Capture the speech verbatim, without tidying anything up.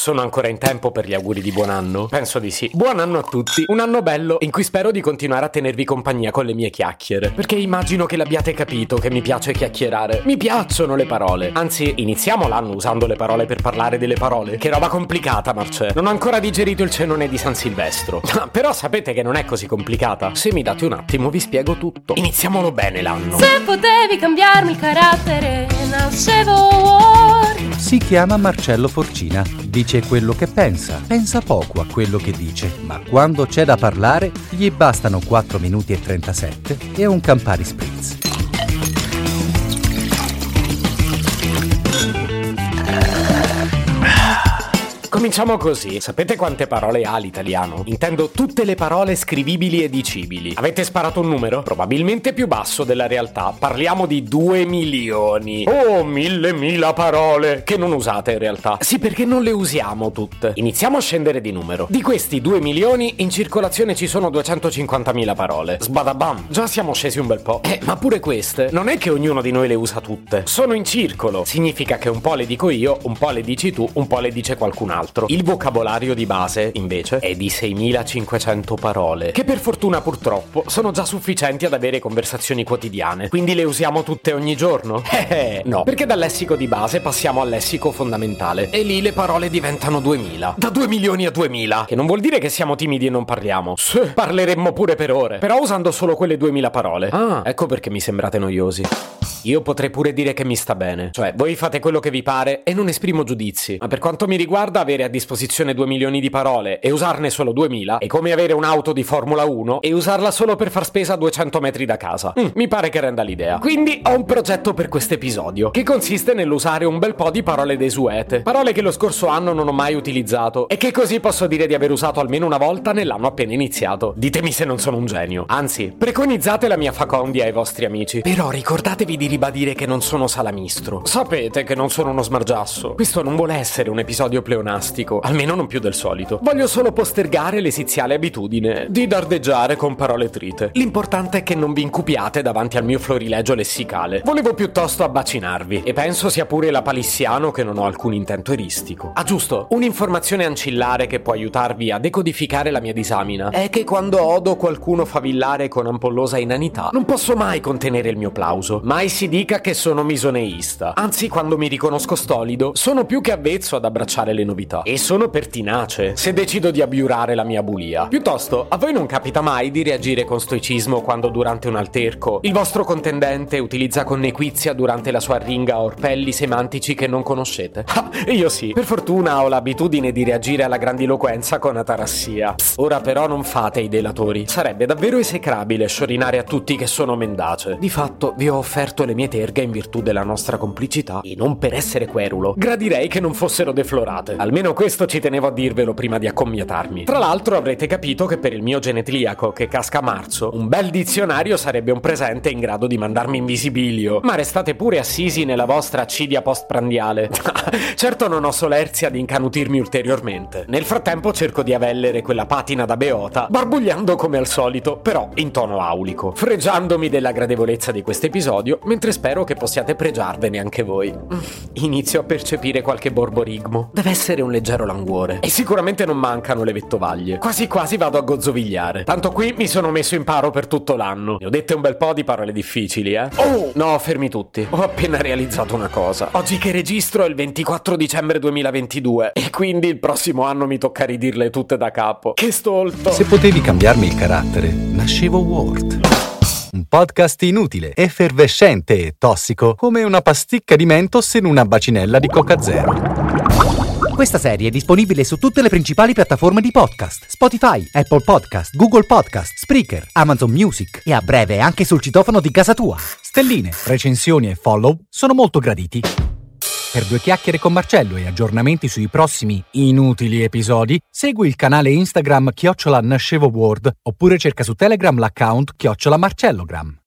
sono ancora in tempo per gli auguri di buon anno? Penso di sì. Buon anno a tutti. Un anno bello in cui spero di continuare a tenervi compagnia con le mie chiacchiere. Perché immagino che l'abbiate capito che mi piace chiacchierare. Mi piacciono le parole. Anzi, iniziamo l'anno usando le parole per parlare delle parole. Che roba complicata, Marcè. Non ho ancora digerito il cenone di San Silvestro. Però sapete che non è così complicata. Se mi date un attimo vi spiego tutto. Iniziamolo bene l'anno. Se potevi cambiarmi il carattere, nascevo Ward. Si chiama Marcello Forcina, dice quello che pensa, pensa poco a quello che dice, ma quando c'è da parlare gli bastano quattro minuti e trentasette e un Campari Spritz. Cominciamo così. Sapete quante parole ha l'italiano? Intendo tutte le parole scrivibili e dicibili. Avete sparato un numero? Probabilmente più basso della realtà. Parliamo di due milioni. Oh, mille mila parole che non usate in realtà. Sì, perché non le usiamo tutte. Iniziamo a scendere di numero. Di questi due milioni in circolazione ci sono duecentocinquantamila parole. Sbadabam. Già siamo scesi un bel po'. Eh, ma pure queste non è che ognuno di noi le usa tutte. Sono in circolo. Significa che un po' le dico io, un po' le dici tu, un po' le dice qualcun altro. Il vocabolario di base, invece, è di seimilacinquecento parole, che per fortuna purtroppo sono già sufficienti ad avere conversazioni quotidiane. Quindi le usiamo tutte ogni giorno? Eh, no, perché dal lessico di base passiamo al lessico fondamentale e lì le parole diventano duemila. Da due milioni a duemila, che non vuol dire che siamo timidi e non parliamo. Sì, parleremmo pure per ore, però usando solo quelle duemila parole. Ah, ecco perché mi sembrate noiosi. Io potrei pure dire che mi sta bene. Cioè, voi fate quello che vi pare e non esprimo giudizi. Ma per quanto mi riguarda, avere a disposizione due milioni di parole e usarne solo duemila è come avere un'auto di Formula uno e usarla solo per far spesa a duecento metri da casa. Mm, mi pare che renda l'idea. Quindi ho un progetto per questo episodio, che consiste nell'usare un bel po' di parole desuete. Parole che lo scorso anno non ho mai utilizzato e che così posso dire di aver usato almeno una volta nell'anno appena iniziato. Ditemi se non sono un genio. Anzi, preconizzate la mia facondia ai vostri amici. Però ricordatevi di ribadire che non sono salamistro. Sapete che non sono uno smargiasso. Questo non vuole essere un episodio pleonastico, almeno non più del solito. Voglio solo postergare l'esiziale abitudine di dardeggiare con parole trite. L'importante è che non vi incupiate davanti al mio florilegio lessicale. Volevo piuttosto abbacinarvi e penso sia pure la palissiano che non ho alcun intento eristico. Ah, giusto, un'informazione ancillare che può aiutarvi a decodificare la mia disamina è che quando odo qualcuno favillare con ampollosa inanità non posso mai contenere il mio plauso. Mai si dica che sono misoneista. Anzi, quando mi riconosco stolido, sono più che avvezzo ad abbracciare le novità. E sono pertinace se decido di abiurare la mia bulia. Piuttosto, a voi non capita mai di reagire con stoicismo quando durante un alterco il vostro contendente utilizza con nequizia durante la sua arringa orpelli semantici che non conoscete? Ah, io sì. Per fortuna ho l'abitudine di reagire alla grandiloquenza con atarassia. Psst, ora però non fate i delatori. Sarebbe davvero esecrabile sciorinare a tutti che sono mendace. Di fatto, vi ho offerto le mie terghe in virtù della nostra complicità e non per essere querulo. Gradirei che non fossero deflorate. Almeno questo ci tenevo a dirvelo prima di accomiatarmi. Tra l'altro avrete capito che per il mio genetliaco che casca a marzo un bel dizionario sarebbe un presente in grado di mandarmi in visibilio. Ma restate pure assisi nella vostra accidia postprandiale. Certo non ho solerzia di incanutirmi ulteriormente. Nel frattempo cerco di avellere quella patina da beota, barbugliando come al solito, però in tono aulico, fregiandomi della gradevolezza di questo episodio, mentre spero che possiate pregiarvene anche voi. Inizio a percepire qualche borborigmo. Deve essere un leggero languore. E sicuramente non mancano le vettovaglie. Quasi quasi vado a gozzovigliare. Tanto qui mi sono messo in paro per tutto l'anno. Ne ho dette un bel po' di parole difficili, eh. Oh, no, fermi tutti. Ho appena realizzato una cosa. Oggi che registro è il ventiquattro dicembre duemilaventidue e quindi il prossimo anno mi tocca ridirle tutte da capo. Che stolto. Se potevi cambiarmi il carattere, nascevo Ward. Un podcast inutile, effervescente e tossico, come una pasticca di Mentos in una bacinella di Coca Zero. Questa serie è disponibile su tutte le principali piattaforme di podcast: Spotify, Apple Podcast, Google Podcast, Spreaker, Amazon Music e a breve anche sul citofono di casa tua. Stelline, recensioni e follow sono molto graditi. Per due chiacchiere con Marcello e aggiornamenti sui prossimi inutili episodi, segui il canale Instagram chiocciola Nascevo Ward oppure cerca su Telegram l'account chiocciola Marcellogram.